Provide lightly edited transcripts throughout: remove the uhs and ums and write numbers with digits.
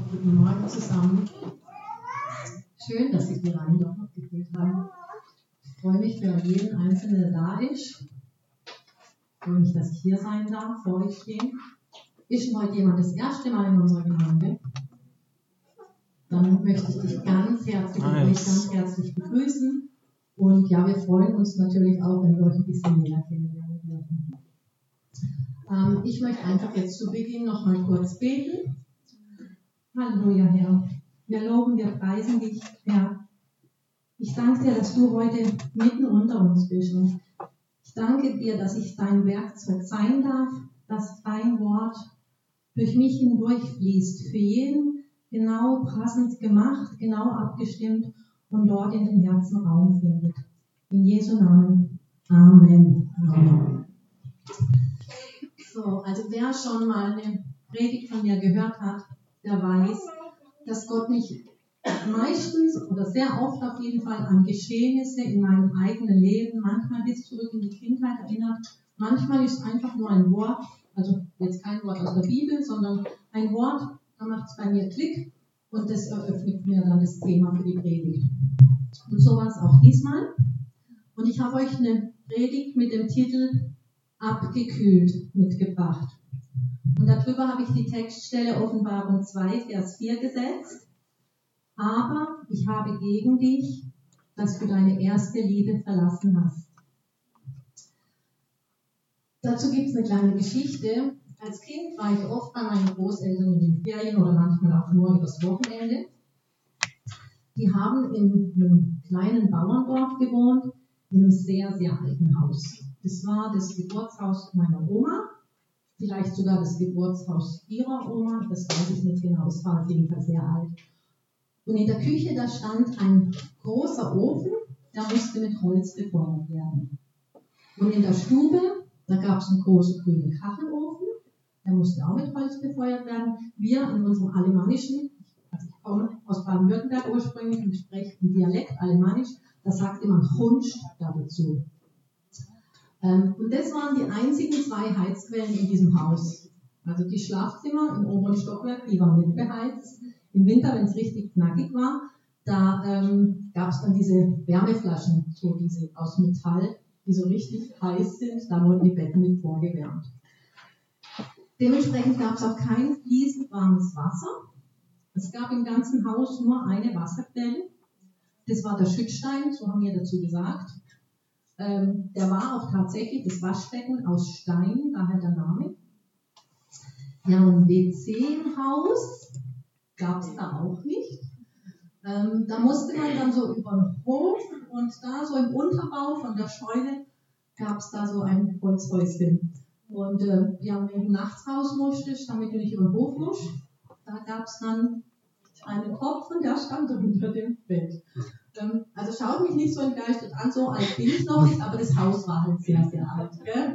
Guten Morgen zusammen. Schön, dass sich die Reihen doch noch gefüllt haben. Ich freue mich für jeden Einzelnen, der da ist. Ich freue mich, dass ich hier sein darf, vor euch stehen. Ist schon heute jemand das erste Mal in unserer Gemeinde? Dann möchte ich dich ganz herzlich und euch ganz herzlich begrüßen. Und ja, wir freuen uns natürlich auch, wenn wir euch ein bisschen näher kennenlernen dürfen. Ich möchte einfach jetzt zu Beginn noch mal kurz beten. Halleluja, Herr. Wir loben, wir preisen dich, Herr. Ich danke dir, dass du heute mitten unter uns bist. Und ich danke dir, dass ich dein Werkzeug sein darf, dass dein Wort durch mich hindurchfließt, für jeden genau passend gemacht, genau abgestimmt und dort in den Herzen Raum findet. In Jesu Namen. Amen. Amen. So, also wer schon mal eine Predigt von mir gehört hat, der weiß, dass Gott mich meistens oder sehr oft auf jeden Fall an Geschehnisse in meinem eigenen Leben, manchmal bis zurück in die Kindheit erinnert. Manchmal ist es einfach nur ein Wort, also jetzt kein Wort aus der Bibel, sondern ein Wort, da macht es bei mir Klick und das eröffnet mir dann das Thema für die Predigt. Und so war es auch diesmal. Und ich habe euch eine Predigt mit dem Titel Abgekühlt mitgebracht. Und darüber habe ich die Textstelle Offenbarung 2, Vers 4 gesetzt. Aber ich habe gegen dich, dass du deine erste Liebe verlassen hast. Dazu gibt es eine kleine Geschichte. Als Kind war ich oft bei meinen Großeltern in den Ferien oder manchmal auch nur übers Wochenende. Die haben in einem kleinen Bauerndorf gewohnt, in einem sehr, sehr alten Haus. Das war das Geburtshaus meiner Oma, vielleicht sogar das Geburtshaus ihrer Oma, das weiß ich nicht genau, es war auf jeden Fall sehr alt. Und in der Küche, da stand ein großer Ofen, der musste mit Holz befeuert werden. Und in der Stube, da gab es einen großen grünen Kachelofen, der musste auch mit Holz befeuert werden. Wir in unserem alemannischen, also ich komme aus Baden-Württemberg ursprünglich und spreche im Dialekt alemannisch, da sagte man Hunsch dazu. Und das waren die einzigen 2 Heizquellen in diesem Haus. Also die Schlafzimmer im oberen Stockwerk, die waren nicht beheizt. Im Winter, wenn es richtig knackig war, da gab es dann diese Wärmeflaschen, so diese aus Metall, die so richtig heiß sind. Da wurden die Betten mit vorgewärmt. Dementsprechend gab es auch kein fließend warmes Wasser. Es gab im ganzen Haus nur eine Wasserquelle. Das war der Schüttstein, so haben wir dazu gesagt. Der war auch tatsächlich das Waschbecken aus Stein, daher der Name. Ja, ein WC im Haus gab es da auch nicht. Da musste man dann so über den Hof und da so im Unterbau von der Scheune gab es da so ein Holzhäuschen. Und ja, wenn du nachts raus musstest, damit du nicht über den Hof musst, da gab es dann einen Kopf und der stand unter dem Bett. Also schaut mich nicht so entgeistert an, so alt bin ich noch nicht, aber das Haus war halt sehr, sehr alt. Gell?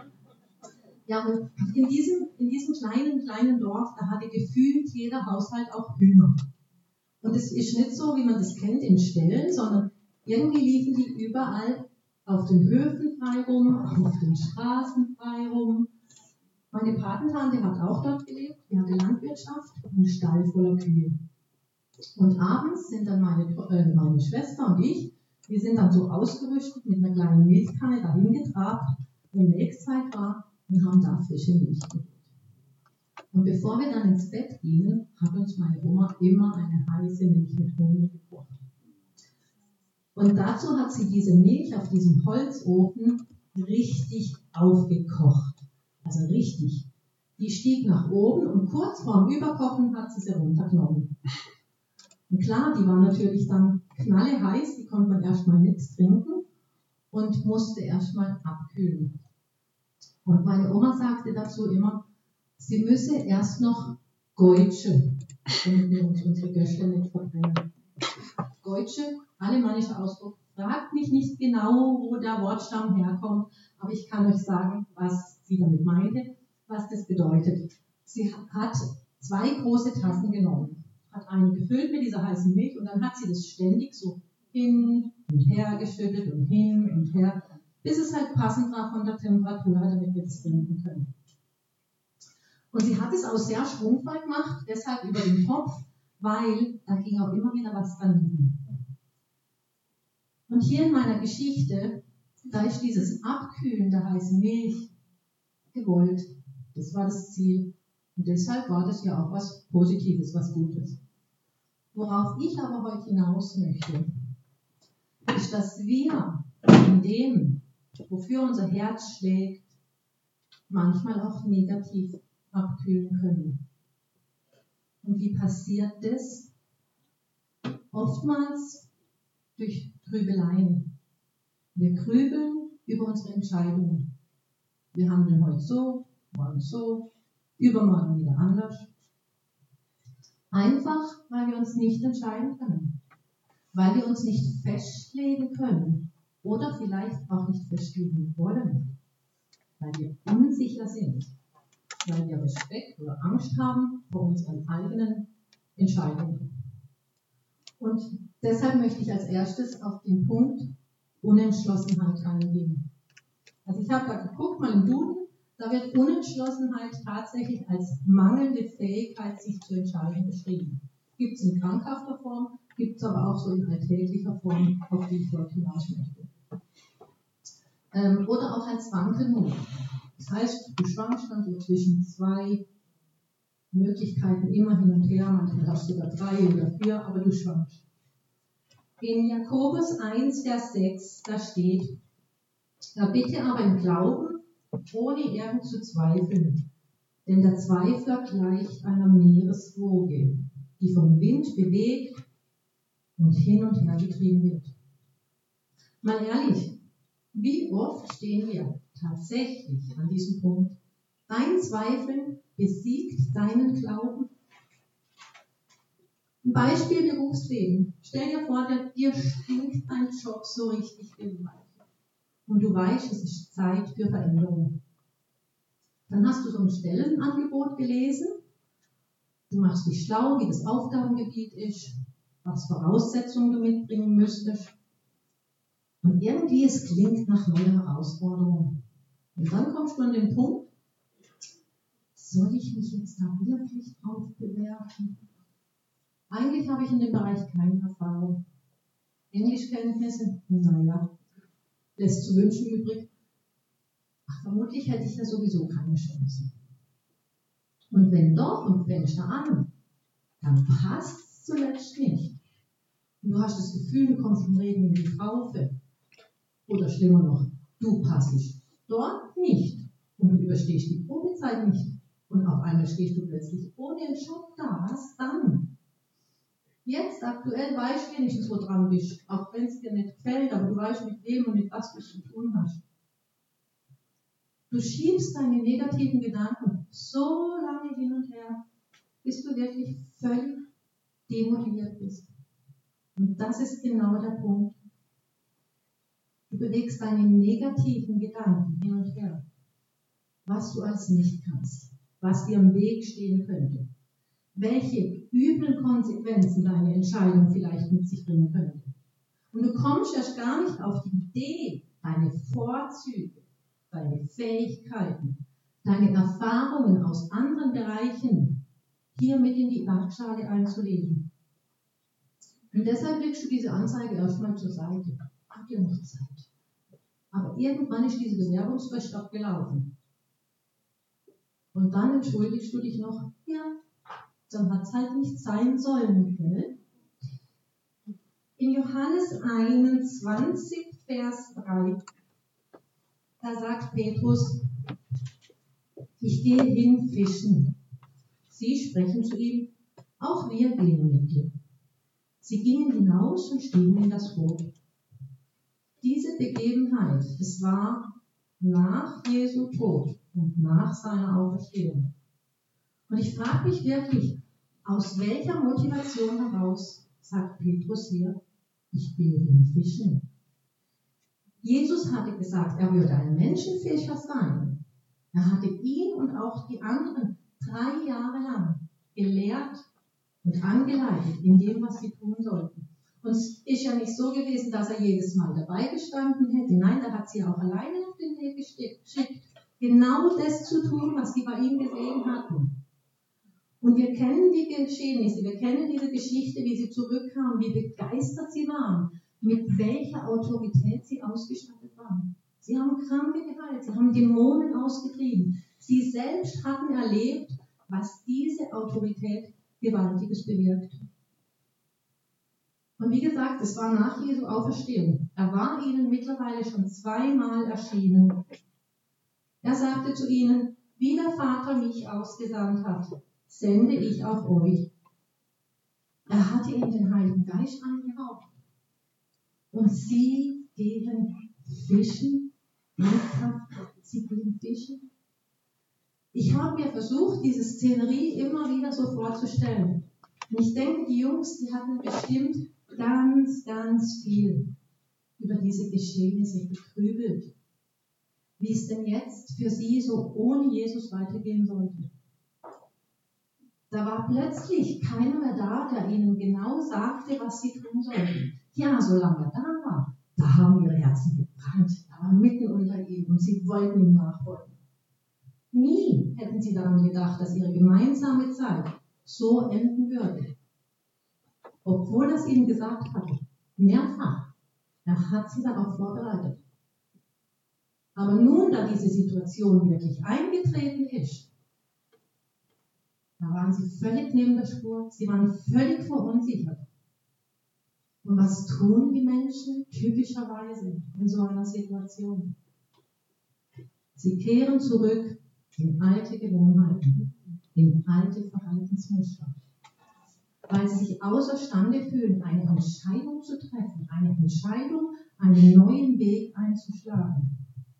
Ja, und in diesem kleinen Dorf, da hatte gefühlt jeder Haushalt auch Hühner. Und es ist nicht so, wie man das kennt in Ställen, sondern irgendwie liefen die überall auf den Höfen frei rum, auf den Straßen frei rum. Meine Patentante hat auch dort gelebt, die hatte Landwirtschaft und einen Stall voller Kühe. Und abends sind dann meine Schwester und ich, wir sind dann so ausgerüstet mit einer kleinen Milchkanne dahin getrabt, wenn Milchzeit war, und haben da frische Milch geholt. Und bevor wir dann ins Bett gingen, hat uns meine Oma immer eine heiße Milch mit Honig gekocht. Und dazu hat sie diese Milch auf diesem Holzofen richtig aufgekocht. Also richtig. Die stieg nach oben und kurz vorm Überkochen hat sie runtergenommen. Und klar, die war natürlich dann knalleheiß, die konnte man erstmal nicht trinken und musste erstmal abkühlen. Und meine Oma sagte dazu immer, sie müsse erst noch Geutsche, damit wir uns unsere Gösche nicht verbrennen. Geutsche, alemannischer Ausdruck, fragt mich nicht genau, wo der Wortstamm herkommt, aber ich kann euch sagen, was sie damit meinte, was das bedeutet. Sie hat 2 große Tassen genommen, hat eine gefüllt mit dieser heißen Milch und dann hat sie das ständig so hin und her geschüttet und hin und her, bis es halt passend war von der Temperatur, damit wir es trinken können. Und sie hat es auch sehr schwungvoll gemacht, deshalb über den Topf, weil da ging auch immer wieder was daneben. Und hier in meiner Geschichte, da ist dieses Abkühlen der heißen Milch gewollt. Das war das Ziel. Und deshalb war das ja auch was Positives, was Gutes. Worauf ich aber heute hinaus möchte, ist, dass wir in dem, wofür unser Herz schlägt, manchmal auch negativ abkühlen können. Und wie passiert das? Oftmals durch Grübeleien. Wir grübeln über unsere Entscheidungen. Wir handeln heute so, morgen so, übermorgen wieder anders. Einfach, weil wir uns nicht entscheiden können. Weil wir uns nicht festlegen können. Oder vielleicht auch nicht festlegen wollen. Weil wir unsicher sind. Weil wir Respekt oder Angst haben vor unseren eigenen Entscheidungen. Und deshalb möchte ich als erstes auf den Punkt Unentschlossenheit eingehen. Also ich habe da geguckt, mal im Duden, da wird Unentschlossenheit tatsächlich als mangelnde Fähigkeit, sich zu entscheiden, beschrieben. Gibt es in krankhafter Form, gibt es aber auch so in alltäglicher Form, auf die ich dort hinaus möchte. Oder auch als Wankelmut. Das heißt, du schwankst dann so zwischen zwei Möglichkeiten immer hin und her, manchmal hast du sogar 3 oder 4, aber du schwankst. In Jakobus 1, Vers 6, da steht, da bitte aber im Glauben, ohne irgend zu zweifeln, denn der Zweifler gleicht einer Meereswoge, die vom Wind bewegt und hin und her getrieben wird. Mal ehrlich, wie oft stehen wir tatsächlich an diesem Punkt? Dein Zweifeln besiegt deinen Glauben. Ein Beispiel Berufsleben. Stell dir vor, dir stinkt dein Job so richtig gelangweilig. Und du weißt, es ist Zeit für Veränderung. Dann hast du so ein Stellenangebot gelesen. Du machst dich schlau, wie das Aufgabengebiet ist, was Voraussetzungen du mitbringen müsstest. Und irgendwie, es klingt nach neuer Herausforderung. Und dann kommst du an den Punkt, soll ich mich jetzt da wirklich drauf bewerben? Eigentlich habe ich in dem Bereich keine Erfahrung. Englischkenntnisse, naja, lässt zu wünschen übrig. Ach, vermutlich hätte ich da sowieso keine Chance. Und wenn doch und fängst da an, dann passt es zuletzt nicht. Und du hast das Gefühl, du kommst vom Regen in die Traufe. Oder schlimmer noch, du passest dort nicht. Und du überstehst die Probezeit nicht. Und auf einmal stehst du plötzlich ohne einen Job da. Was dann? Jetzt aktuell weißt du wenigstens, wo dran bist. Auch wenn es dir nicht gefällt, aber du weißt, mit wem und mit was du zu tun hast. Du schiebst deine negativen Gedanken so lange hin und her, bis du wirklich völlig demotiviert bist. Und das ist genau der Punkt. Du bewegst deine negativen Gedanken hin und her. Was du als nicht kannst. Was dir im Weg stehen könnte. Welche üblen Konsequenzen deine Entscheidung vielleicht mit sich bringen könnte. Und du kommst erst gar nicht auf die Idee, deine Vorzüge, deine Fähigkeiten, deine Erfahrungen aus anderen Bereichen hier mit in die Waagschale einzulegen. Und deshalb legst du diese Anzeige erstmal zur Seite. Habt ihr noch Zeit? Aber irgendwann ist diese Bewerbungsfrist abgelaufen. Und dann entschuldigst du dich noch, ja, dann hat es halt nicht sein sollen. Gell? In Johannes 21, Vers 3, da sagt Petrus, ich gehe hin fischen. Sie sprechen zu ihm, auch wir gehen mit dir. Sie gingen hinaus und stiegen in das Boot. Diese Begebenheit, es war nach Jesu Tod und nach seiner Auferstehung. Und ich frage mich wirklich, aus welcher Motivation heraus sagt Petrus hier, ich gehe hin fischen. Jesus hatte gesagt, er würde ein Menschenfischer sein. Er hatte ihn und auch die anderen 3 Jahre lang gelehrt und angeleitet in dem, was sie tun sollten. Und es ist ja nicht so gewesen, dass er jedes Mal dabei gestanden hätte. Nein, er hat sie auch alleine auf den Weg geschickt. genau das zu tun, was sie bei ihm gesehen hatten. Und wir kennen die Geschehnisse, wir kennen diese Geschichte, wie sie zurückkamen, wie begeistert sie waren, mit welcher Autorität sie ausgestattet waren. Sie haben Kranke geheilt, sie haben Dämonen ausgetrieben. Sie selbst hatten erlebt, was diese Autorität Gewaltiges bewirkt. Und wie gesagt, es war nach Jesu Auferstehung. Er war ihnen mittlerweile schon 2-mal erschienen. Er sagte zu ihnen, wie der Vater mich ausgesandt hat, sende ich auch euch. Er hatte ihnen den Heiligen Geist angehaucht. Und sie gehen fischen. Sie gehen fischen. Ich habe mir versucht, diese Szenerie immer wieder so vorzustellen. Und ich denke, die Jungs, die hatten bestimmt ganz, ganz viel über diese Geschehnisse gegrübelt. Wie es denn jetzt für sie so ohne Jesus weitergehen sollte. Da war plötzlich keiner mehr da, der ihnen genau sagte, was sie tun sollten. Ja, solange er da war, da haben ihre Herzen gebrannt. Er war mitten unter ihnen und sie wollten ihm nachfolgen. Nie hätten sie daran gedacht, dass ihre gemeinsame Zeit so enden würde. Obwohl er es ihnen gesagt hatte, mehrfach. Er hat sie darauf vorbereitet. Aber nun, da diese Situation wirklich eingetreten ist, da waren sie völlig neben der Spur, sie waren völlig verunsichert. Und was tun die Menschen typischerweise in so einer Situation? Sie kehren zurück in alte Gewohnheiten, in alte Verhaltensmuster, weil sie sich außerstande fühlen, eine Entscheidung zu treffen, eine Entscheidung, einen neuen Weg einzuschlagen.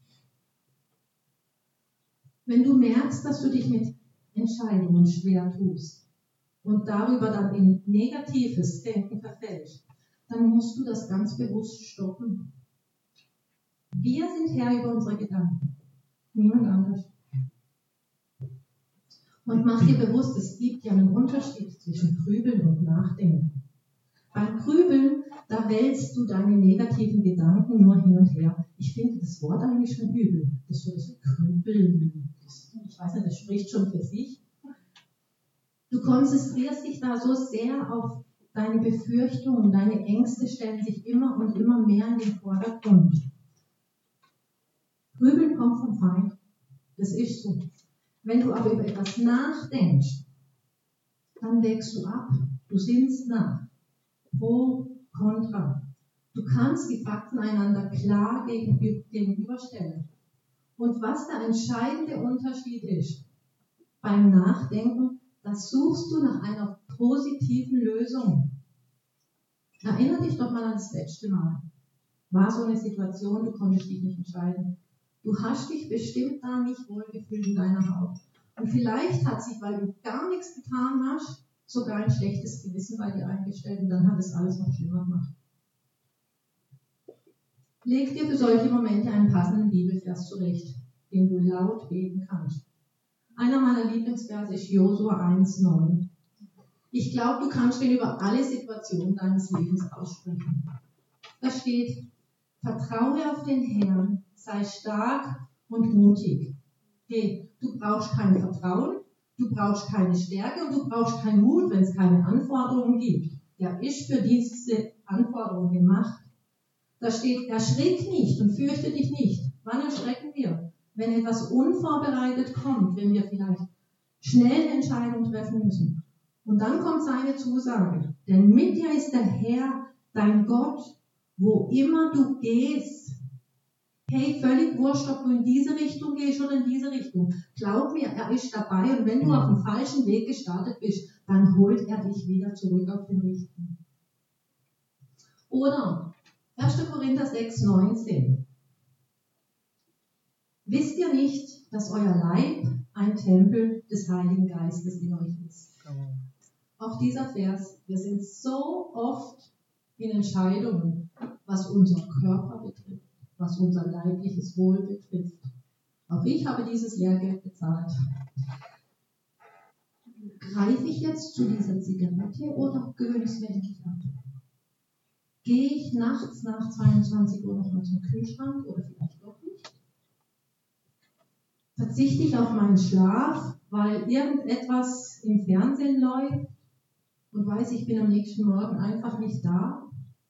Wenn du merkst, dass du dich mit Entscheidungen schwer tust und darüber dann in negatives Denken verfällst, dann musst du das ganz bewusst stoppen. Wir sind Herr über unsere Gedanken, niemand anders. Und mach dir bewusst, es gibt ja einen Unterschied zwischen Grübeln und Nachdenken. Beim Grübeln, da wälzt du deine negativen Gedanken nur hin und her. Ich finde das Wort eigentlich schon übel. Das so das Grübeln. Ich weiß nicht, das spricht schon für sich. Du konzentrierst dich da so sehr auf deine Befürchtungen, deine Ängste stellen sich immer und immer mehr in den Vordergrund. Grübeln kommt vom Feind. Das ist so. Wenn du aber über etwas nachdenkst, dann wägst du ab. Du sinnst nach. Pro, contra. Du kannst die Fakten einander klar gegenüberstellen. Und was der entscheidende Unterschied ist, beim Nachdenken, da suchst du nach einer positiven Lösung. Erinnere dich doch mal an das letzte Mal. War so eine Situation, du konntest dich nicht entscheiden. Du hast dich bestimmt da nicht wohlgefühlt in deiner Haut. Und vielleicht hat sich, weil du gar nichts getan hast, sogar ein schlechtes Gewissen bei dir eingestellt und dann hat es alles noch schlimmer gemacht. Leg dir für solche Momente einen passenden Bibelvers zurecht, den du laut beten kannst. Einer meiner Lieblingsverse ist Josua 1,9. Ich glaube, du kannst den über alle Situationen deines Lebens aussprechen. Da steht, vertraue auf den Herrn, sei stark und mutig. Hey, du brauchst kein Vertrauen, du brauchst keine Stärke und du brauchst keinen Mut, wenn es keine Anforderungen gibt. Der ist für diese Anforderungen gemacht. Da steht, erschrick nicht und fürchte dich nicht. Wann erschrecken wir? Wenn etwas unvorbereitet kommt, wenn wir vielleicht schnell eine Entscheidung treffen müssen. Und dann kommt seine Zusage. Denn mit dir ist der Herr, dein Gott, wo immer du gehst. Hey, völlig wurscht, ob du in diese Richtung gehst oder in diese Richtung. Glaub mir, er ist dabei und wenn du auf dem falschen Weg gestartet bist, dann holt er dich wieder zurück auf den richtigen. Oder 1. Korinther 6,19. Wisst ihr nicht, dass euer Leib ein Tempel des Heiligen Geistes in euch ist? Auch dieser Vers, wir sind so oft in Entscheidungen, was unser Körper betrifft, was unser leibliches Wohl betrifft. Auch ich habe dieses Lehrgeld bezahlt. Greife ich jetzt zu dieser Zigarette oder gewöhne ich es mir endlich ab? Gehe ich nachts nach 22 Uhr nochmal zum Kühlschrank oder vielleicht doch nicht? verzichte ich auf meinen Schlaf, weil irgendetwas im Fernsehen läuft und weiß, ich bin am nächsten Morgen einfach nicht da.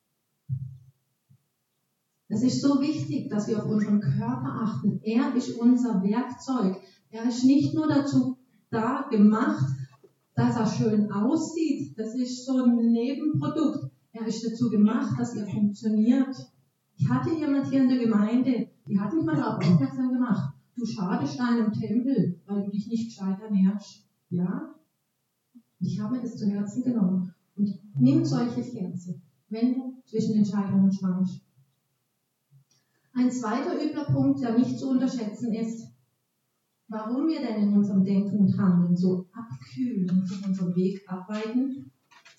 Es ist so wichtig, dass wir auf unseren Körper achten. Er ist unser Werkzeug. Er ist nicht nur dazu da gemacht, dass er schön aussieht. Das ist so ein Nebenprodukt. Er ist dazu gemacht, dass er funktioniert. Ich hatte jemand hier in der Gemeinde, die hat mich mal darauf aufmerksam gemacht. Du schadest deinem Tempel, weil du dich nicht gescheit ernährst. Ja? Ich habe mir das zu Herzen genommen. Und nimm solche Verse, wenn du zwischen Entscheidungen schwankst. Ein zweiter übler Punkt, der nicht zu unterschätzen ist, warum wir denn in unserem Denken und Handeln so abkühlen und von unserem Weg abweichen,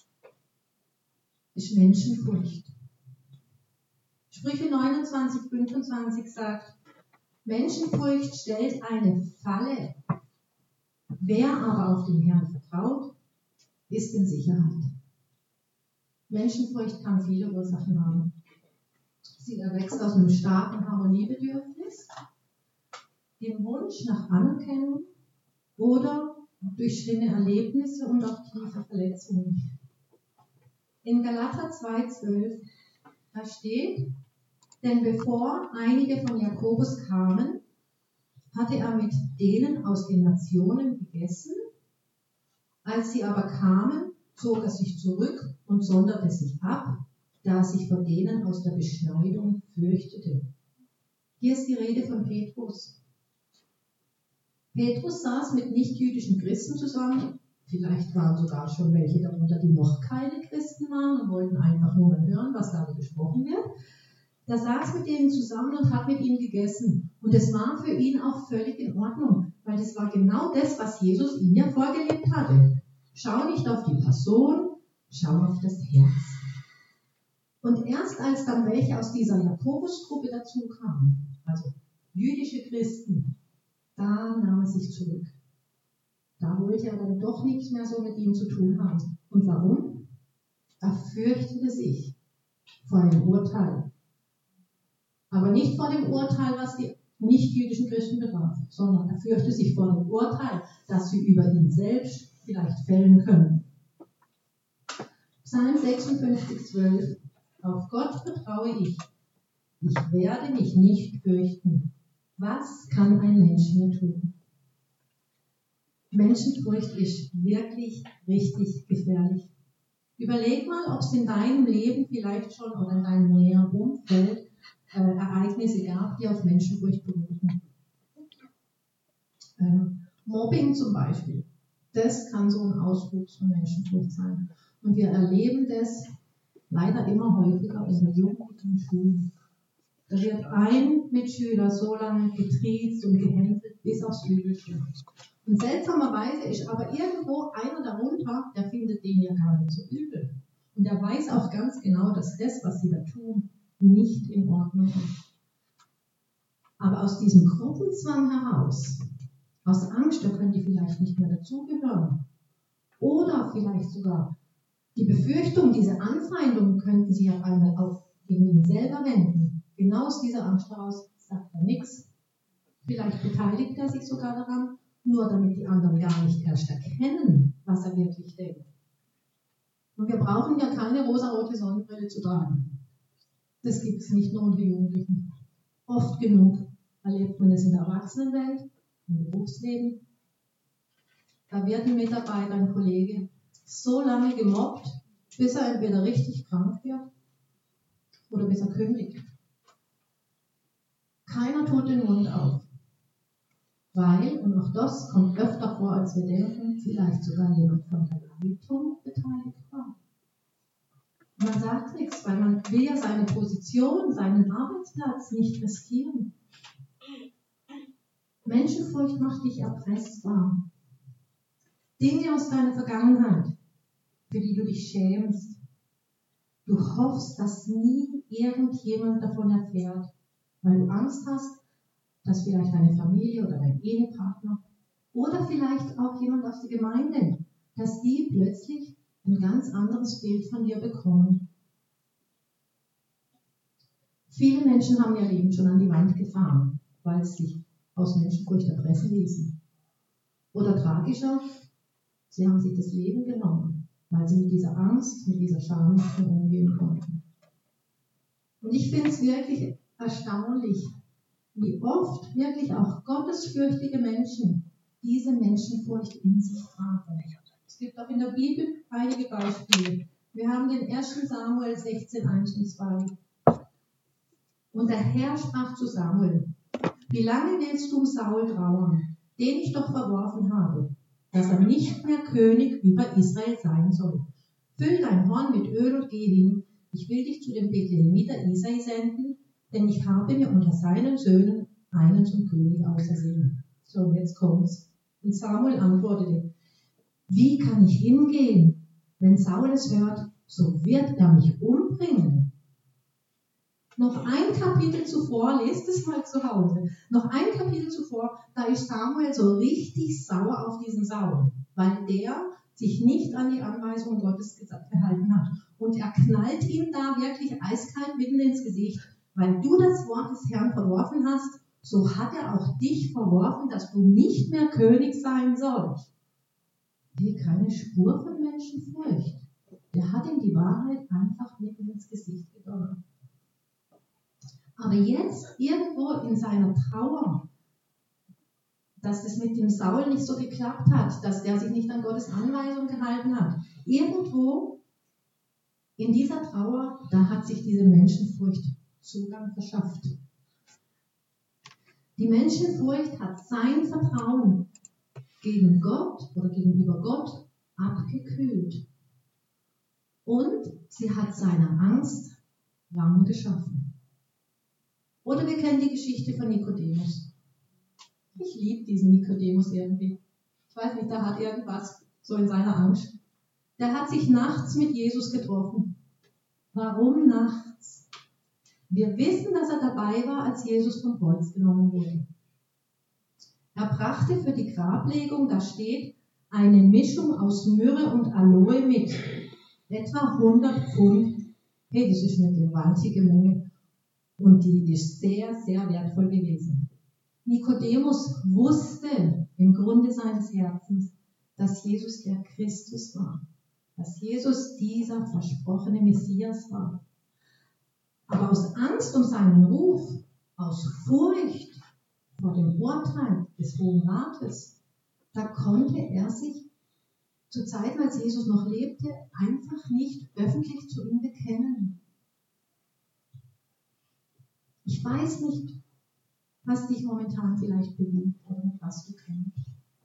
ist Menschenfurcht. Sprüche 29,25 sagt, Menschenfurcht stellt eine Falle. Wer aber auf den Herrn vertraut, ist in Sicherheit. Menschenfurcht kann viele Ursachen haben. Sie erwächst aus einem starken Harmoniebedürfnis, dem Wunsch nach Anerkennung oder durch schlimme Erlebnisse und auch tiefe Verletzungen. In Galater 2,12 da steht, denn bevor einige von Jakobus kamen, hatte er mit denen aus den Nationen gegessen. Als sie aber kamen, zog er sich zurück und sonderte sich ab, da er sich vor denen aus der Beschneidung fürchtete. Hier ist die Rede von Petrus. Petrus saß mit nichtjüdischen Christen zusammen. Vielleicht waren sogar schon welche darunter, die noch keine Christen waren und wollten einfach nur mal hören, was da gesprochen wird. Der saß mit denen zusammen und hat mit ihnen gegessen. Und es war für ihn auch völlig in Ordnung, weil das war genau das, was Jesus ihm ja vorgelebt hatte. Schau nicht auf die Person, schau auf das Herz. Und erst als dann welche aus dieser Jakobusgruppe dazu kamen, also jüdische Christen, da nahm er sich zurück. Da wollte er dann doch nichts mehr so mit ihm zu tun haben. Und warum? Er fürchtete sich vor einem Urteil. Aber nicht vor dem Urteil, was die nicht-jüdischen Christen betraf, sondern er fürchtete sich vor dem Urteil, das sie über ihn selbst vielleicht fällen können. Psalm 56,12 Auf Gott vertraue ich. Ich werde mich nicht fürchten. Was kann ein Mensch mir tun? Menschenfurcht ist wirklich richtig gefährlich. Überleg mal, ob es in deinem Leben vielleicht schon oder in deinem näheren Umfeld Ereignisse gab, die auf Menschenfurcht beruhen. Mobbing zum Beispiel, das kann so ein Auswuchs von Menschenfurcht sein. Und wir erleben das leider immer häufiger in der jugendlichen Schulen. Da wird ein Mitschüler so lange getriezt und gehänselt bis aufs Übelste. Und seltsamerweise ist aber irgendwo einer darunter, der findet den ja gar nicht so übel. Und der weiß auch ganz genau, dass das, was sie da tun, nicht in Ordnung ist. Aber aus diesem Gruppenzwang heraus, aus Angst, da können die vielleicht nicht mehr dazugehören. Oder vielleicht sogar die Befürchtung, diese Anfeindung könnten sie auf einmal auch gegen ihn selber wenden. Genau aus dieser Angst heraus sagt er nichts. Vielleicht beteiligt er sich sogar daran, nur damit die anderen gar nicht erst erkennen, was er wirklich denkt. Und wir brauchen ja keine rosarote Sonnenbrille zu tragen. Das gibt es nicht nur unter Jugendlichen. Oft genug erlebt man es in der Erwachsenenwelt, im Berufsleben. Da wird ein Mitarbeiter, ein Kollege, so lange gemobbt, bis er entweder richtig krank wird oder bis er kündigt. Keiner tut den Mund auf. Weil, und auch das kommt öfter vor, als wir denken, vielleicht sogar jemand von der Leitung beteiligt war. Man sagt nichts, weil man will ja seine Position, seinen Arbeitsplatz nicht riskieren. Menschenfurcht macht dich erpressbar. Dinge aus deiner Vergangenheit, für die du dich schämst. Du hoffst, dass nie irgendjemand davon erfährt, weil du Angst hast, dass vielleicht deine Familie oder dein Ehepartner oder vielleicht auch jemand aus der Gemeinde, dass die plötzlich ein ganz anderes Bild von dir bekommen. Viele Menschen haben ihr Leben schon an die Wand gefahren, weil sie sich aus Menschenfurcht erpressen ließen. Oder tragischer, sie haben sich das Leben genommen, weil sie mit dieser Angst, mit dieser Scham nicht mehr umgehen konnten. Und ich finde es wirklich erstaunlich, wie oft wirklich auch gottesfürchtige Menschen diese Menschenfurcht in sich tragen. Es gibt auch in der Bibel einige Beispiele. Wir haben den 1. Samuel 16, 1 und 2. Und der Herr sprach zu Samuel: Wie lange willst du um Saul trauern, den ich doch verworfen habe, dass er nicht mehr König über Israel sein soll? Füll dein Horn mit Öl und geh hin. Ich will dich zu dem Bethlehemiter Isai senden, denn ich habe mir unter seinen Söhnen einen zum König ausersehen. So, und jetzt kommt's. Und Samuel antwortete: Wie kann ich hingehen? Wenn Saul es hört, so wird er mich umbringen. Noch ein Kapitel zuvor, lest es mal zu Hause, noch ein Kapitel zuvor, da ist Samuel so richtig sauer auf diesen Saul, weil der sich nicht an die Anweisung Gottes gehalten hat. Und er knallt ihm da wirklich eiskalt mitten ins Gesicht, weil du das Wort des Herrn verworfen hast, so hat er auch dich verworfen, dass du nicht mehr König sein sollst. Hier keine Spur von Menschenfurcht. Der hat ihm die Wahrheit einfach mitten ins Gesicht gedonnert. Aber jetzt, irgendwo in seiner Trauer, dass das mit dem Saul nicht so geklappt hat, dass der sich nicht an Gottes Anweisung gehalten hat, irgendwo in dieser Trauer, da hat sich diese Menschenfurcht Zugang verschafft. Die Menschenfurcht hat sein Vertrauen gegen Gott oder gegenüber Gott abgekühlt. Und sie hat seiner Angst Raum geschaffen. Oder wir kennen die Geschichte von Nikodemus. Ich liebe diesen Nikodemus irgendwie. Ich weiß nicht, da hat irgendwas so in seiner Angst. Der hat sich nachts mit Jesus getroffen. Warum nachts? Wir wissen, dass er dabei war, als Jesus vom Kreuz genommen wurde. Er brachte für die Grablegung, da steht, eine Mischung aus Myrrhe und Aloe mit. Etwa 100 Pfund. Hey, das ist eine gewaltige Menge. Und die ist sehr, sehr wertvoll gewesen. Nikodemus wusste im Grunde seines Herzens, dass Jesus der Christus war. Dass Jesus dieser versprochene Messias war. Aber aus Angst um seinen Ruf, aus Furcht vor dem Urteil des Hohen Rates, da konnte er sich zur Zeit, als Jesus noch lebte, einfach nicht öffentlich zu ihm bekennen. Ich weiß nicht, was dich momentan vielleicht bewegt oder mit was du kämpfst.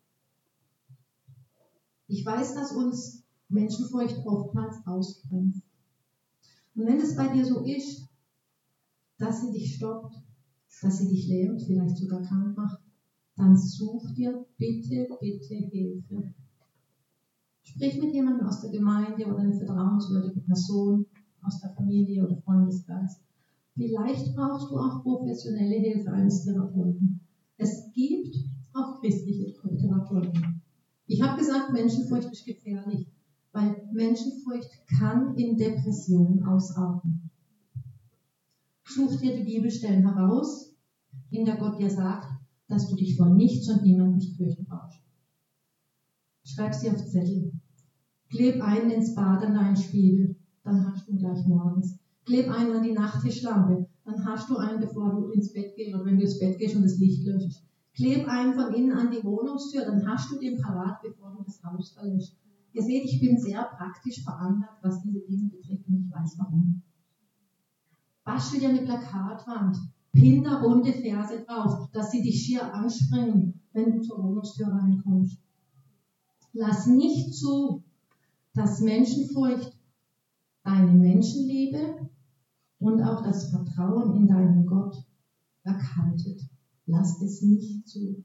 Ich weiß, dass uns Menschenfurcht oftmals ausbremst. Und wenn es bei dir so ist, dass sie dich stoppt, dass sie dich lähmt, vielleicht sogar krank macht, dann such dir bitte, bitte Hilfe. Sprich mit jemandem aus der Gemeinde oder einer vertrauenswürdigen Person aus der Familie oder Freundeskreis. Vielleicht brauchst du auch professionelle Hilfe eines Therapeuten. Es gibt auch christliche Therapeuten. Ich habe gesagt, Menschenfurcht ist gefährlich, weil Menschenfurcht kann in Depression ausarten. Such dir die Bibelstellen heraus, in der Gott dir sagt, dass du dich vor nichts und niemandem zu fürchten brauchst. Schreib sie auf Zettel. Kleb einen ins Bad an deinen Spiegel, dann hast du ihn gleich morgens. Kleb einen an die Nachttischlampe, dann hast du einen, bevor du ins Bett gehst oder wenn du ins Bett gehst und das Licht löscht. Kleb einen von innen an die Wohnungstür, dann hast du den parat, bevor du das Haus verlässt. Ihr seht, ich bin sehr praktisch veranlagt, was diese Dinge betrifft und ich weiß warum. Bastel dir eine Plakatwand, pin da bunte Verse drauf, dass sie dich schier anspringen, wenn du zur Wohnungstür reinkommst. Lass nicht zu, dass Menschenfurcht deine Menschenliebe und auch das Vertrauen in deinen Gott erkaltet. Lass es nicht zu.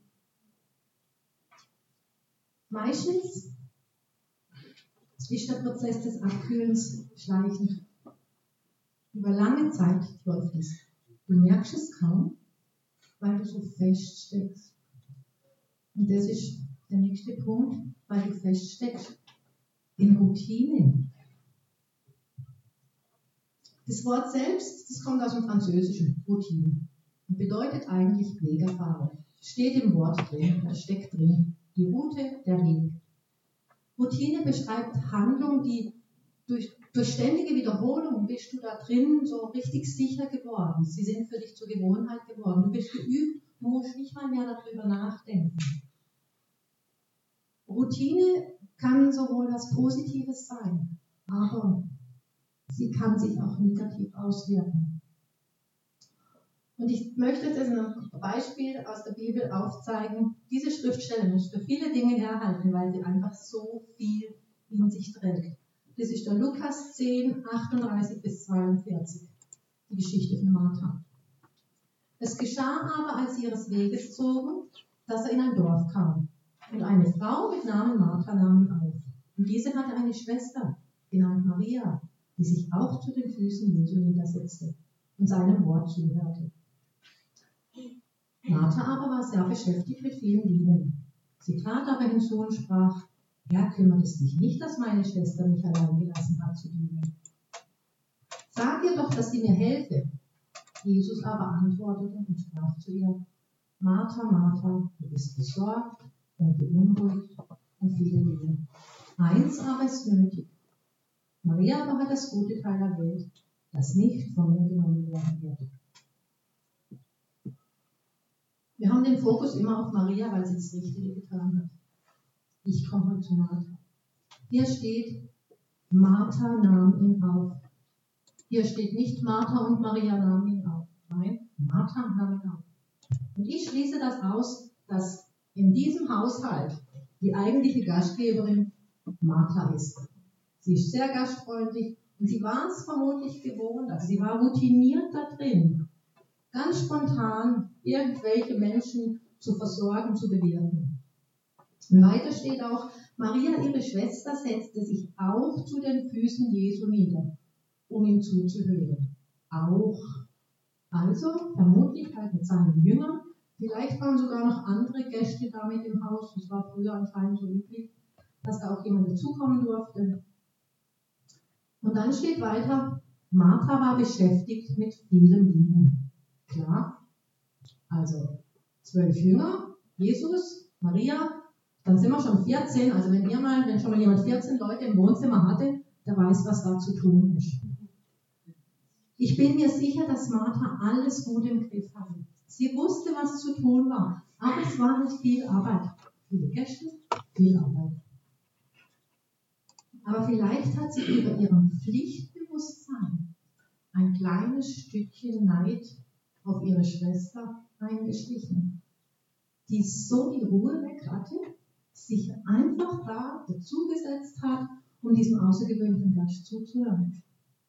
Meistens ist der Prozess des Abkühlens schleichend. Über lange Zeit läuft es. Du merkst es kaum, weil du so feststeckst. Und das ist der nächste Punkt, weil du feststeckst in Routine. Das Wort selbst, das kommt aus dem Französischen, Routine, und bedeutet eigentlich Wegerfahrung. steht im Wort drin, da steckt drin, die Route, der Weg. Routine beschreibt Handlung, die durch ständige Wiederholung bist du da drin so richtig sicher geworden. Sie sind für dich zur Gewohnheit geworden. Du bist geübt, du musst nicht mal mehr darüber nachdenken. Routine kann sowohl was Positives sein, aber sie kann sich auch negativ auswirken. Und ich möchte jetzt ein Beispiel aus der Bibel aufzeigen. Diese Schriftstelle muss für viele Dinge herhalten, weil sie einfach so viel in sich trägt. Das ist der Lukas 10, 38 bis 42, die Geschichte von Martha. Es geschah aber, als sie ihres Weges zogen, dass er in ein Dorf kam. Und eine Frau mit Namen Martha nahm ihn auf. Und diese hatte eine Schwester, genannt Maria, die sich auch zu den Füßen Jesu niedersetzte und seinem Wort zuhörte. Martha aber war sehr beschäftigt mit vielen Dingen. Sie trat aber hinzu und sprach: Herr, kümmert es dich nicht, dass meine Schwester mich allein gelassen hat zu dienen? Sag ihr doch, dass sie mir helfe. Jesus aber antwortete und sprach zu ihr: Martha, Martha, du bist besorgt und beunruhigt und viele Dinge. Eins aber ist nötig. Maria aber hat das gute Teil erwählt, das nicht von mir genommen werden wird. Wir haben den Fokus immer auf Maria, weil sie das Richtige getan hat. Ich komme heute zu Martha. Hier steht, Martha nahm ihn auf. Hier steht nicht, Martha und Maria nahmen ihn auf. Nein, Martha nahm ihn auf. Und ich schließe das aus, dass in diesem Haushalt die eigentliche Gastgeberin Martha ist. Sie ist sehr gastfreundlich und sie war es vermutlich gewohnt, also sie war routiniert da drin, ganz spontan irgendwelche Menschen zu versorgen, zu bewirten. Und weiter steht auch, Maria, ihre Schwester, setzte sich auch zu den Füßen Jesu nieder, um ihm zuzuhören. Auch. Also, vermutlich halt mit seinen Jüngern. Vielleicht waren sogar noch andere Gäste da mit im Haus. Das war früher anscheinend so üblich, dass da auch jemand dazukommen durfte. Und dann steht weiter, Martha war beschäftigt mit vielen Dingen. Klar, also 12 Jünger, Jesus, Maria, dann sind wir schon 14. Also wenn schon mal jemand 14 Leute im Wohnzimmer hatte, der weiß, was da zu tun ist. Ich bin mir sicher, dass Martha alles gut im Griff hatte. Sie wusste, was zu tun war, aber es war nicht viel Arbeit. Viele Gäste, viel Arbeit. Aber vielleicht hat sie über ihrem Pflichtbewusstsein ein kleines Stückchen Neid auf ihre Schwester eingeschlichen, die so die Ruhe weg hatte, sich einfach da dazugesetzt hat, um diesem außergewöhnlichen Gast zuzuhören.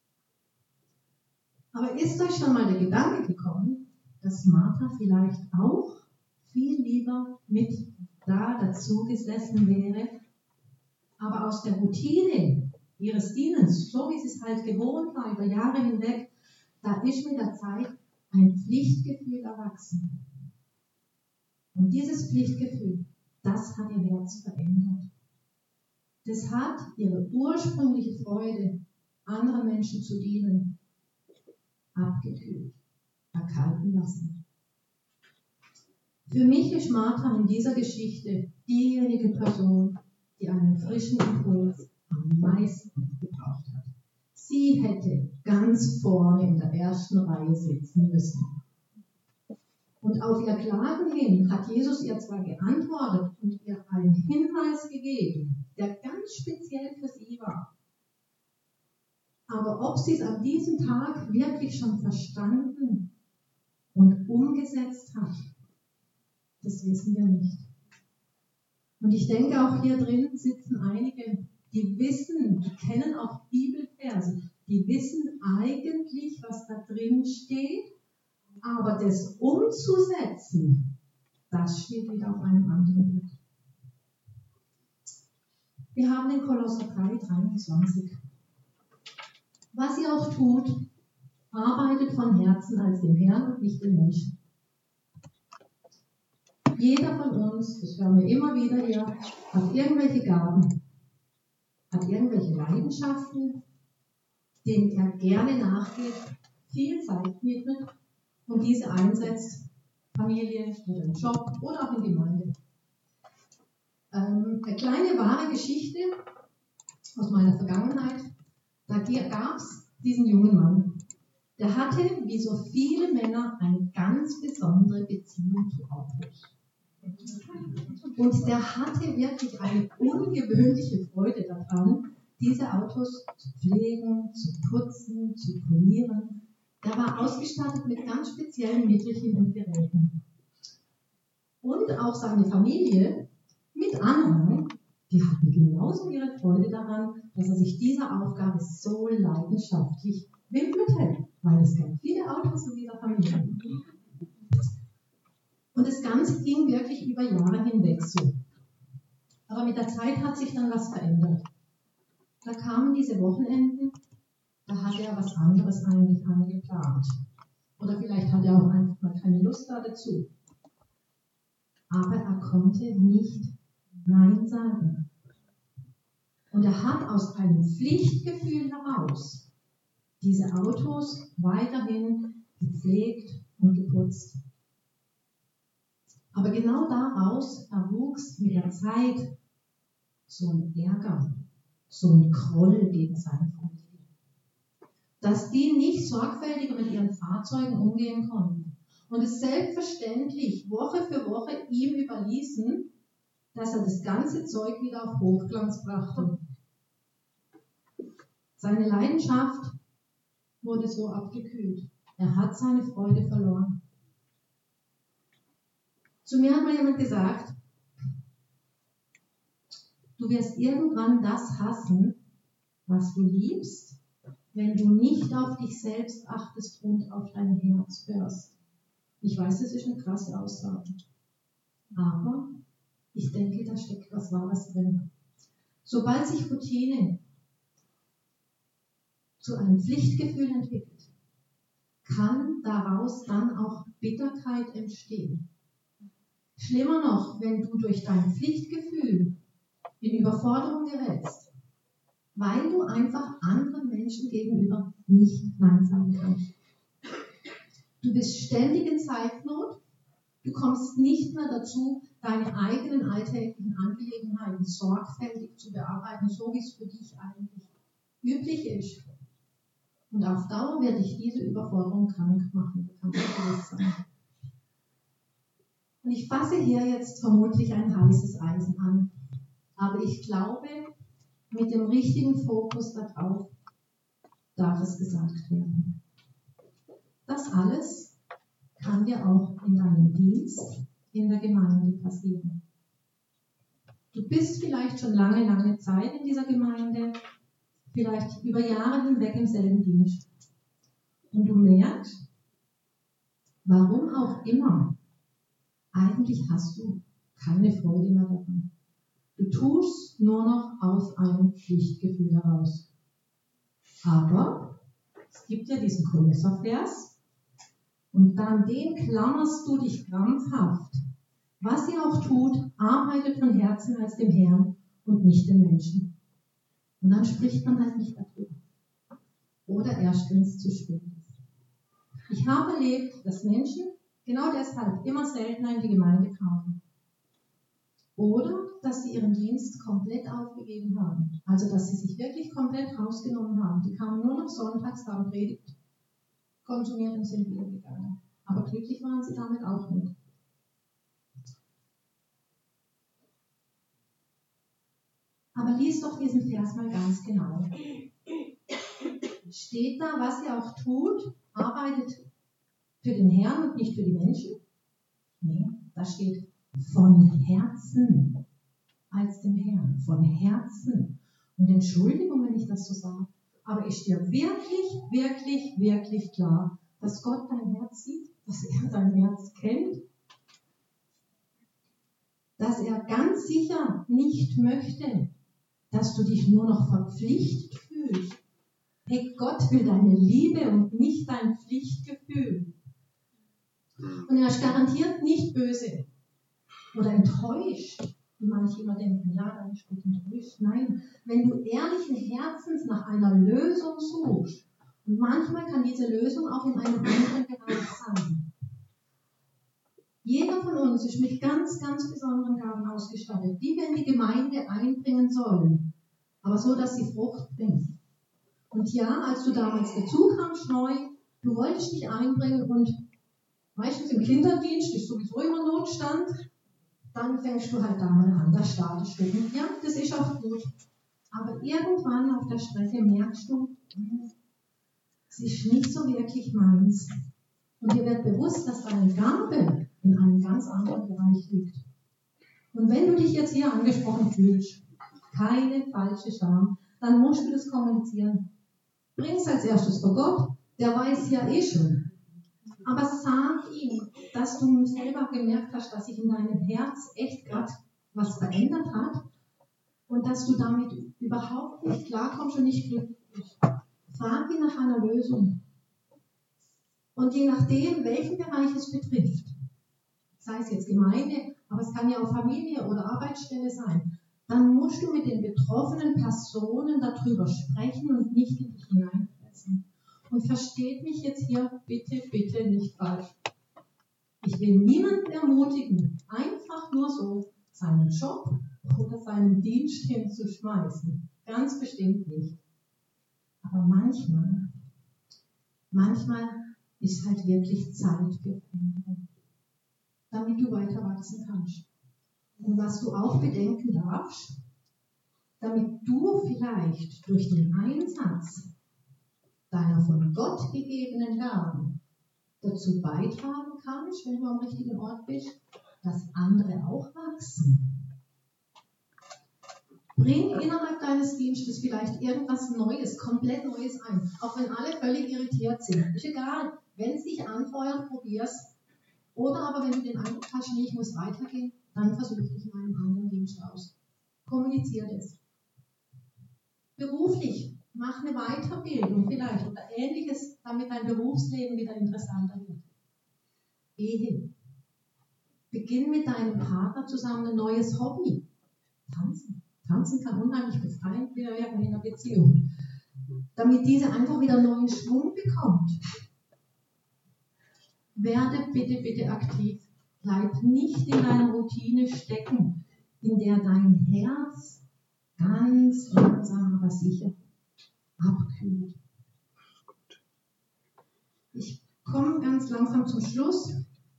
Aber ist euch schon mal der Gedanke gekommen, dass Martha vielleicht auch viel lieber mit da dazugesessen wäre, aber aus der Routine ihres Dienens, so wie sie es halt gewohnt war über Jahre hinweg, da ist mit der Zeit ein Pflichtgefühl erwachsen. Und dieses Pflichtgefühl, das hat ihr Herz verändert. Das hat ihre ursprüngliche Freude, anderen Menschen zu dienen, abgekühlt, erkalten lassen. Für mich ist Martha in dieser Geschichte diejenige Person, die einen frischen Impuls am meisten gebraucht hat. Sie hätte ganz vorne in der ersten Reihe sitzen müssen. Und auf ihr Klagen hin hat Jesus ihr zwar geantwortet und ihr einen Hinweis gegeben, der ganz speziell für sie war. Aber ob sie es an diesem Tag wirklich schon verstanden und umgesetzt hat, das wissen wir nicht. Und ich denke, auch hier drin sitzen einige, die wissen, die kennen auch Bibelverse, die wissen eigentlich, was da drin steht, aber das umzusetzen, das steht wieder auf einem anderen Blatt. Wir haben in Kolosser 3, 23. Was ihr auch tut, arbeitet von Herzen als dem Herrn und nicht den Menschen. Jeder von uns, das hören wir immer wieder hier, hat irgendwelche Gaben, hat irgendwelche Leidenschaften, denen er gerne nachgeht, viel Zeit widmet und diese einsetzt Familie oder im Job oder auch in Gemeinde. Eine kleine wahre Geschichte aus meiner Vergangenheit. Da gab es diesen jungen Mann. Der hatte, wie so viele Männer, eine ganz besondere Beziehung zu Autos. Und der hatte wirklich eine ungewöhnliche Freude daran, diese Autos zu pflegen, zu putzen, zu polieren. Der war ausgestattet mit ganz speziellen Mittelchen und Geräten. Und auch seine Familie mit Anhang, die hatten genauso ihre Freude daran, dass er sich dieser Aufgabe so leidenschaftlich widmete, weil es gab viele Autos in dieser Familie. Und das Ganze ging wirklich über Jahre hinweg so. Aber mit der Zeit hat sich dann was verändert. Da kamen diese Wochenenden, da hatte er was anderes eigentlich angeplant. Oder vielleicht hat er auch einfach mal keine Lust dazu. Aber er konnte nicht Nein sagen. Und er hat aus einem Pflichtgefühl heraus diese Autos weiterhin gepflegt und geputzt. Aber genau daraus erwuchs mit der Zeit so ein Ärger, so ein Groll gegen seine Familie. Dass die nicht sorgfältiger mit ihren Fahrzeugen umgehen konnten und es selbstverständlich Woche für Woche ihm überließen, dass er das ganze Zeug wieder auf Hochglanz brachte. Seine Leidenschaft wurde so abgekühlt. Er hat seine Freude verloren. Zu mir hat mal jemand gesagt, du wirst irgendwann das hassen, was du liebst, wenn du nicht auf dich selbst achtest und auf dein Herz hörst. Ich weiß, das ist eine krasse Aussage. Aber ich denke, da steckt was Wahres drin. Sobald sich Routine zu einem Pflichtgefühl entwickelt, kann daraus dann auch Bitterkeit entstehen. Schlimmer noch, wenn du durch dein Pflichtgefühl in Überforderung gerätst, weil du einfach anderen Menschen gegenüber nicht Nein sagen kannst. Du bist ständig in Zeitnot, du kommst nicht mehr dazu, deine eigenen alltäglichen Angelegenheiten sorgfältig zu bearbeiten, so wie es für dich eigentlich üblich ist. Und auf Dauer wird dich diese Überforderung krank machen, da kannst du bewusst sein. Und ich fasse hier jetzt vermutlich ein heißes Eisen an, aber ich glaube, mit dem richtigen Fokus darauf darf es gesagt werden. Das alles kann dir auch in deinem Dienst in der Gemeinde passieren. Du bist vielleicht schon lange Zeit in dieser Gemeinde, vielleicht über Jahre hinweg im selben Dienst. Und du merkst, warum auch immer, eigentlich hast du keine Freude mehr daran. Du tust nur noch aus einem Pflichtgefühl heraus. Aber es gibt ja diesen Kolosservers und an den klammerst du dich krampfhaft. Was ihr auch tut, arbeitet von Herzen als dem Herrn und nicht den Menschen. Und dann spricht man halt nicht darüber. Oder erst, wenn es zu spät ist. Ich habe erlebt, dass Menschen genau deshalb immer seltener in die Gemeinde kamen. Oder dass sie ihren Dienst komplett aufgegeben haben. Also dass sie sich wirklich komplett rausgenommen haben. Die kamen nur noch sonntags, haben Predigt konsumiert und sind wieder gegangen. Aber glücklich waren sie damit auch nicht. Aber lies doch diesen Vers mal ganz genau. Steht da, was ihr auch tut, arbeitet für den Herrn und nicht für die Menschen? Nee, da steht von Herzen als dem Herrn. Von Herzen. Und Entschuldigung, wenn ich das so sage, aber ist dir wirklich klar, dass Gott dein Herz sieht, dass er dein Herz kennt, dass er ganz sicher nicht möchte, dass du dich nur noch verpflichtet fühlst. Hey, Gott will deine Liebe und nicht dein Pflichtgefühl. Und er ist garantiert nicht böse oder enttäuscht, wie manche immer denken, ja, dann ist Gott enttäuscht. Nein, wenn du ehrlichen Herzens nach einer Lösung suchst, und manchmal kann diese Lösung auch in einem anderen Bereich sein, Jeder von uns ist mit ganz, ganz besonderen Gaben ausgestattet, die wir in die Gemeinde einbringen sollen, aber so, dass sie Frucht bringt. Und ja, als du damals dazu kamst neu, du wolltest dich einbringen und meistens im Kinderdienst ist sowieso immer Notstand, dann fängst du halt da mal an, da startest du. Und ja, das ist auch gut. Aber irgendwann auf der Strecke merkst du, es ist nicht so wirklich meins. Und dir wird bewusst, dass deine Gabe in einem ganz anderen Bereich liegt. Und wenn du dich jetzt hier angesprochen fühlst, keine falsche Scham, dann musst du das kommunizieren. Bring es als erstes vor Gott, der weiß ja eh schon. Aber sag ihm, dass du selber gemerkt hast, dass sich in deinem Herz echt gerade was verändert hat und dass du damit überhaupt nicht klarkommst und nicht glücklich bist. Frag ihn nach einer Lösung. Und je nachdem, welchen Bereich es betrifft, sei es jetzt Gemeinde, aber es kann ja auch Familie oder Arbeitsstelle sein, dann musst du mit den betroffenen Personen darüber sprechen und nicht in dich hineinpressen. Und versteht mich jetzt hier bitte, bitte nicht falsch. Ich will niemanden ermutigen, einfach nur so seinen Job oder seinen Dienst hinzuschmeißen. Ganz bestimmt nicht. Aber manchmal ist halt wirklich Zeit für Veränderung, damit du weiter wachsen kannst. Und was du auch bedenken darfst, damit du vielleicht durch den Einsatz deiner von Gott gegebenen Gaben dazu beitragen kannst, wenn du am richtigen Ort bist, dass andere auch wachsen. Bring innerhalb deines Dienstes vielleicht irgendwas Neues, komplett Neues ein, auch wenn alle völlig irritiert sind. Ist egal, wenn es dich anfeuert, probier's. Oder aber wenn du den Eindruck hast, nee, ich muss weitergehen, dann versuch dich in einem anderen Dienst aus. Kommuniziere das. Beruflich, mach eine Weiterbildung vielleicht oder Ähnliches, damit dein Berufsleben wieder interessanter wird. Ehe. Beginn mit deinem Partner zusammen ein neues Hobby. Tanzen. Tanzen kann unheimlich befreiend wirken in einer Beziehung. Damit diese einfach wieder neuen Schwung bekommt. Werde bitte, bitte aktiv. Bleib nicht in deiner Routine stecken, in der dein Herz ganz langsam, aber sicher abkühlt. Ich komme ganz langsam zum Schluss.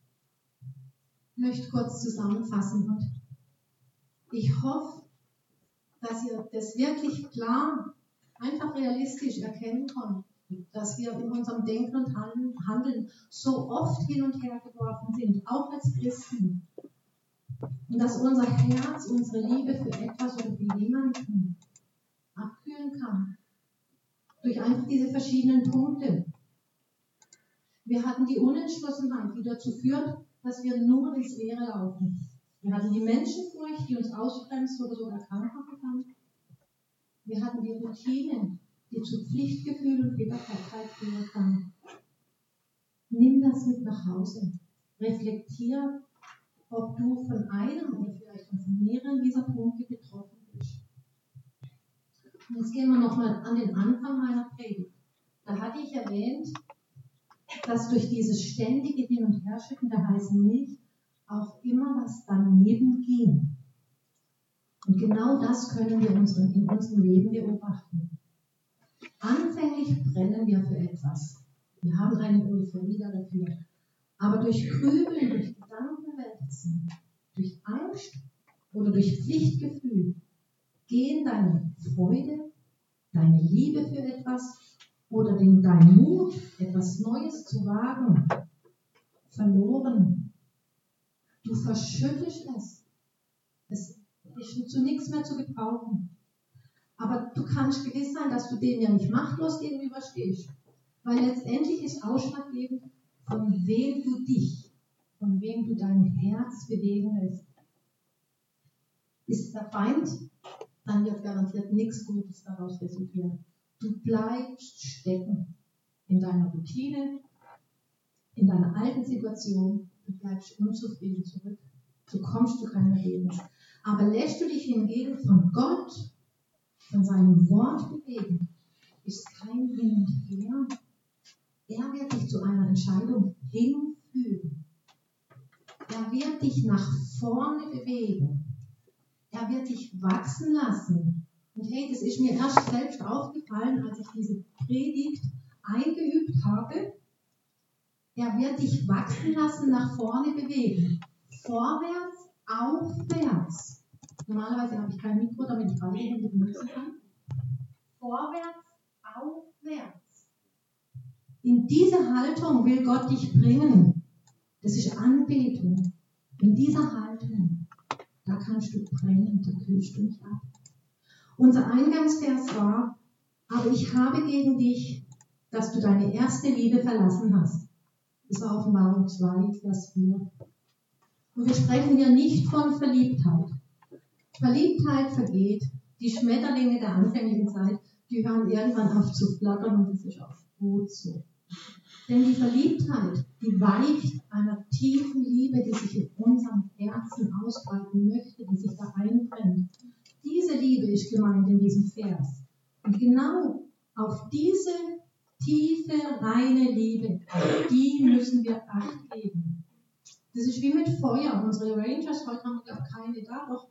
Ich möchte kurz zusammenfassen und ich hoffe, dass ihr das wirklich klar, einfach realistisch erkennen könnt, dass wir in unserem Denken und Handeln so oft hin und her geworfen sind, auch als Christen. Und dass unser Herz, unsere Liebe für etwas oder für jemanden abkühlen kann. Durch einfach diese verschiedenen Punkte. Wir hatten die Unentschlossenheit, die dazu führt, dass wir nur ins Leere laufen. Wir hatten die Menschenfurcht, die uns ausbremst oder sogar krank machen kann. Wir hatten die Routine, die zu Pflichtgefühl und Bitterkeit führen kann. Nimm das mit nach Hause. Reflektier, ob du von einem oder vielleicht von mehreren dieser Punkte betroffen bist. Und jetzt gehen wir nochmal an den Anfang meiner Predigt. Da hatte ich erwähnt, dass durch dieses ständige Hin- und Herschütten der heißen Milch auch immer was daneben ging. Und genau das können wir in unserem Leben beobachten. Anfänglich brennen wir für etwas. Wir haben eine Euphorie dafür. Aber durch Grübeln, durch Gedankenwälzen, durch Angst oder durch Pflichtgefühl gehen deine Freude, deine Liebe für etwas oder dein Mut, etwas Neues zu wagen, verloren. Du verschüttest es. Es ist zu nichts mehr zu gebrauchen. Aber du kannst gewiss sein, dass du dem ja nicht machtlos gegenüberstehst. Weil letztendlich ist ausschlaggebend, von wem du dein Herz bewegen lässt. Ist der Feind, dann wird garantiert nichts Gutes daraus resultieren. Du bleibst stecken in deiner Routine, in deiner alten Situation, du bleibst unzufrieden zurück. So kommst du kein Ergebnis. Aber lässt du dich hingegen von Gott, von seinem Wort bewegen, ist kein Hin und Her. Er wird dich zu einer Entscheidung hinführen. Er wird dich nach vorne bewegen. Er wird dich wachsen lassen. Und hey, das ist mir erst selbst aufgefallen, als ich diese Predigt eingeübt habe. Er wird dich wachsen lassen, nach vorne bewegen. Vorwärts, aufwärts. Normalerweise habe ich kein Mikro, damit ich beide Hände benutzen kann. Vorwärts, aufwärts. In diese Haltung will Gott dich bringen. Das ist Anbetung. In dieser Haltung, da kannst du brennen, da kühlst du nicht ab. Unser Eingangsvers war, aber ich habe gegen dich, dass du deine erste Liebe verlassen hast. Das war Offenbarung 2, Vers 4. Und wir sprechen hier nicht von Verliebtheit. Verliebtheit vergeht. Die Schmetterlinge der anfänglichen Zeit, die hören irgendwann auf zu flattern und das ist auch gut so. Denn die Verliebtheit, die weicht einer tiefen Liebe, die sich in unserem Herzen ausbreiten möchte, die sich da einbrennt. Diese Liebe ist gemeint in diesem Vers. Und genau auf diese tiefe, reine Liebe, die müssen wir Acht geben. Das ist wie mit Feuer. Unsere Rangers, heute haben wir glaube ich keine da, doch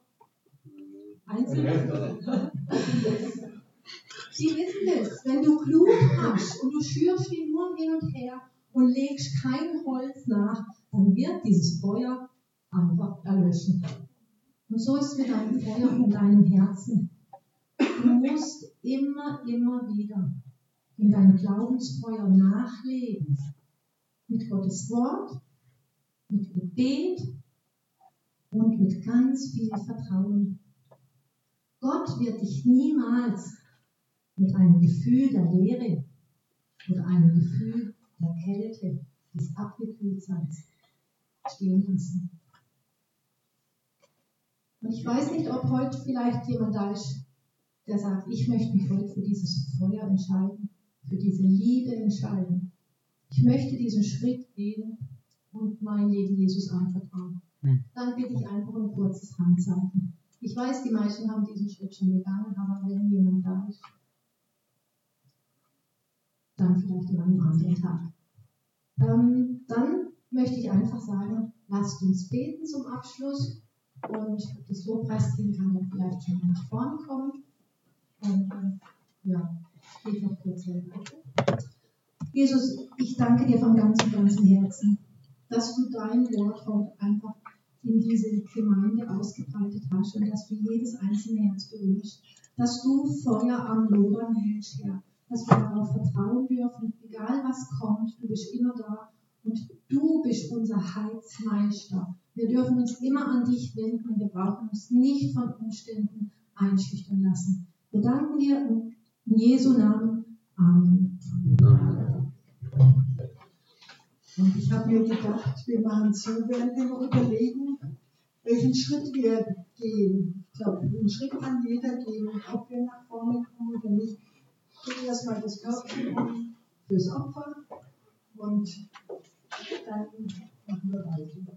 einzelne. Sie wissen es, wenn du Glut hast und du schürst ihn nur hin und her und legst kein Holz nach, dann wird dieses Feuer einfach erlöschen. Und so ist es mit deinem Feuer in deinem Herzen. Du musst immer wieder in deinem Glaubensfeuer nachleben. Mit Gottes Wort, mit Gebet und mit ganz viel Vertrauen. Gott wird dich niemals mit einem Gefühl der Leere oder einem Gefühl der Kälte, des Abgekühltseins stehen lassen. Und ich weiß nicht, ob heute vielleicht jemand da ist, der sagt, ich möchte mich heute für dieses Feuer entscheiden, für diese Liebe entscheiden. Ich möchte diesen Schritt gehen und mein Leben Jesus anvertrauen. Dann bitte ich einfach um ein kurzes Handzeichen. Ich weiß, die meisten haben diesen Schritt schon gegangen, aber wenn jemand da ist, dann vielleicht an einem anderen Tag. Dann möchte ich einfach sagen, lasst uns beten zum Abschluss und das Lobpreisteam kann dann vielleicht schon nach vorne kommen. Und geht noch kurz hin. Jesus, ich danke dir von ganzem Herzen, dass du dein Wort heute einfach in diese Gemeinde ausgebreitet hast und dass du jedes einzelne Herz berührst, dass du Feuer am Lodern hältst, Herr, dass wir darauf vertrauen dürfen, egal was kommt, du bist immer da und du bist unser Heilsmeister. Wir dürfen uns immer an dich wenden und wir brauchen uns nicht von Umständen einschüchtern lassen. Wir danken dir in Jesu Namen. Amen. Und ich habe mir gedacht, wir machen so, während wir noch überlegen, welchen Schritt wir gehen. Ich glaube, einen Schritt kann jeder gehen, ob wir nach vorne kommen oder nicht. Ich gehe erstmal das Körbchen um fürs Opfer und dann machen wir weiter.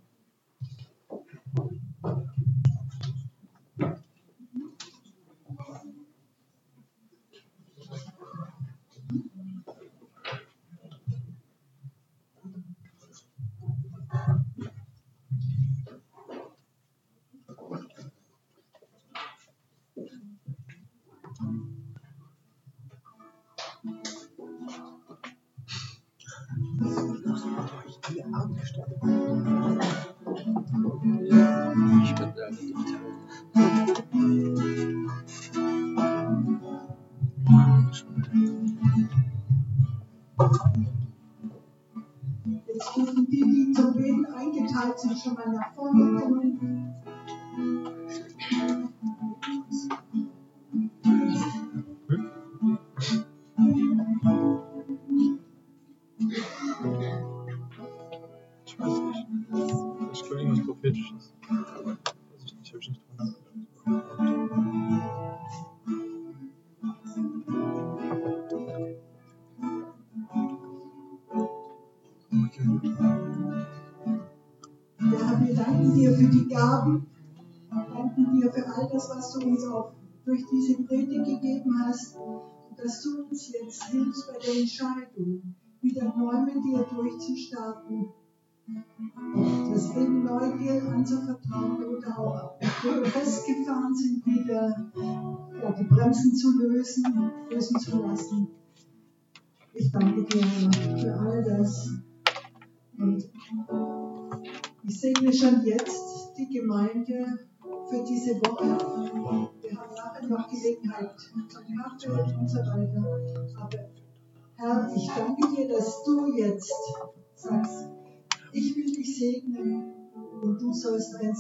Jetzt dürfen die zum Beten eingeteilt sind, schon mal nach vorne kommen. Ich weiß nicht. Ich glaube irgendwas Prophetisches. Weiß ich nicht, habe ich nicht drüber Ja, wir danken dir für die Gaben. Wir danken dir für all das, was du uns auch durch diese Predigt gegeben hast. Und dass du uns jetzt hilfst bei der Entscheidung, wieder neu mit dir durchzustarten. das Leben neu dir anzuvertrauen oder auch festgefahren sind, wieder die Bremsen zu lösen zu lassen. Ich danke dir für all das. Und ich segne schon jetzt die Gemeinde für diese Woche. Wir haben nachher noch Gelegenheit zum Kaffee und so weiter. Aber Herr, ich danke dir, dass du jetzt sagst, ich will dich segnen und du sollst ein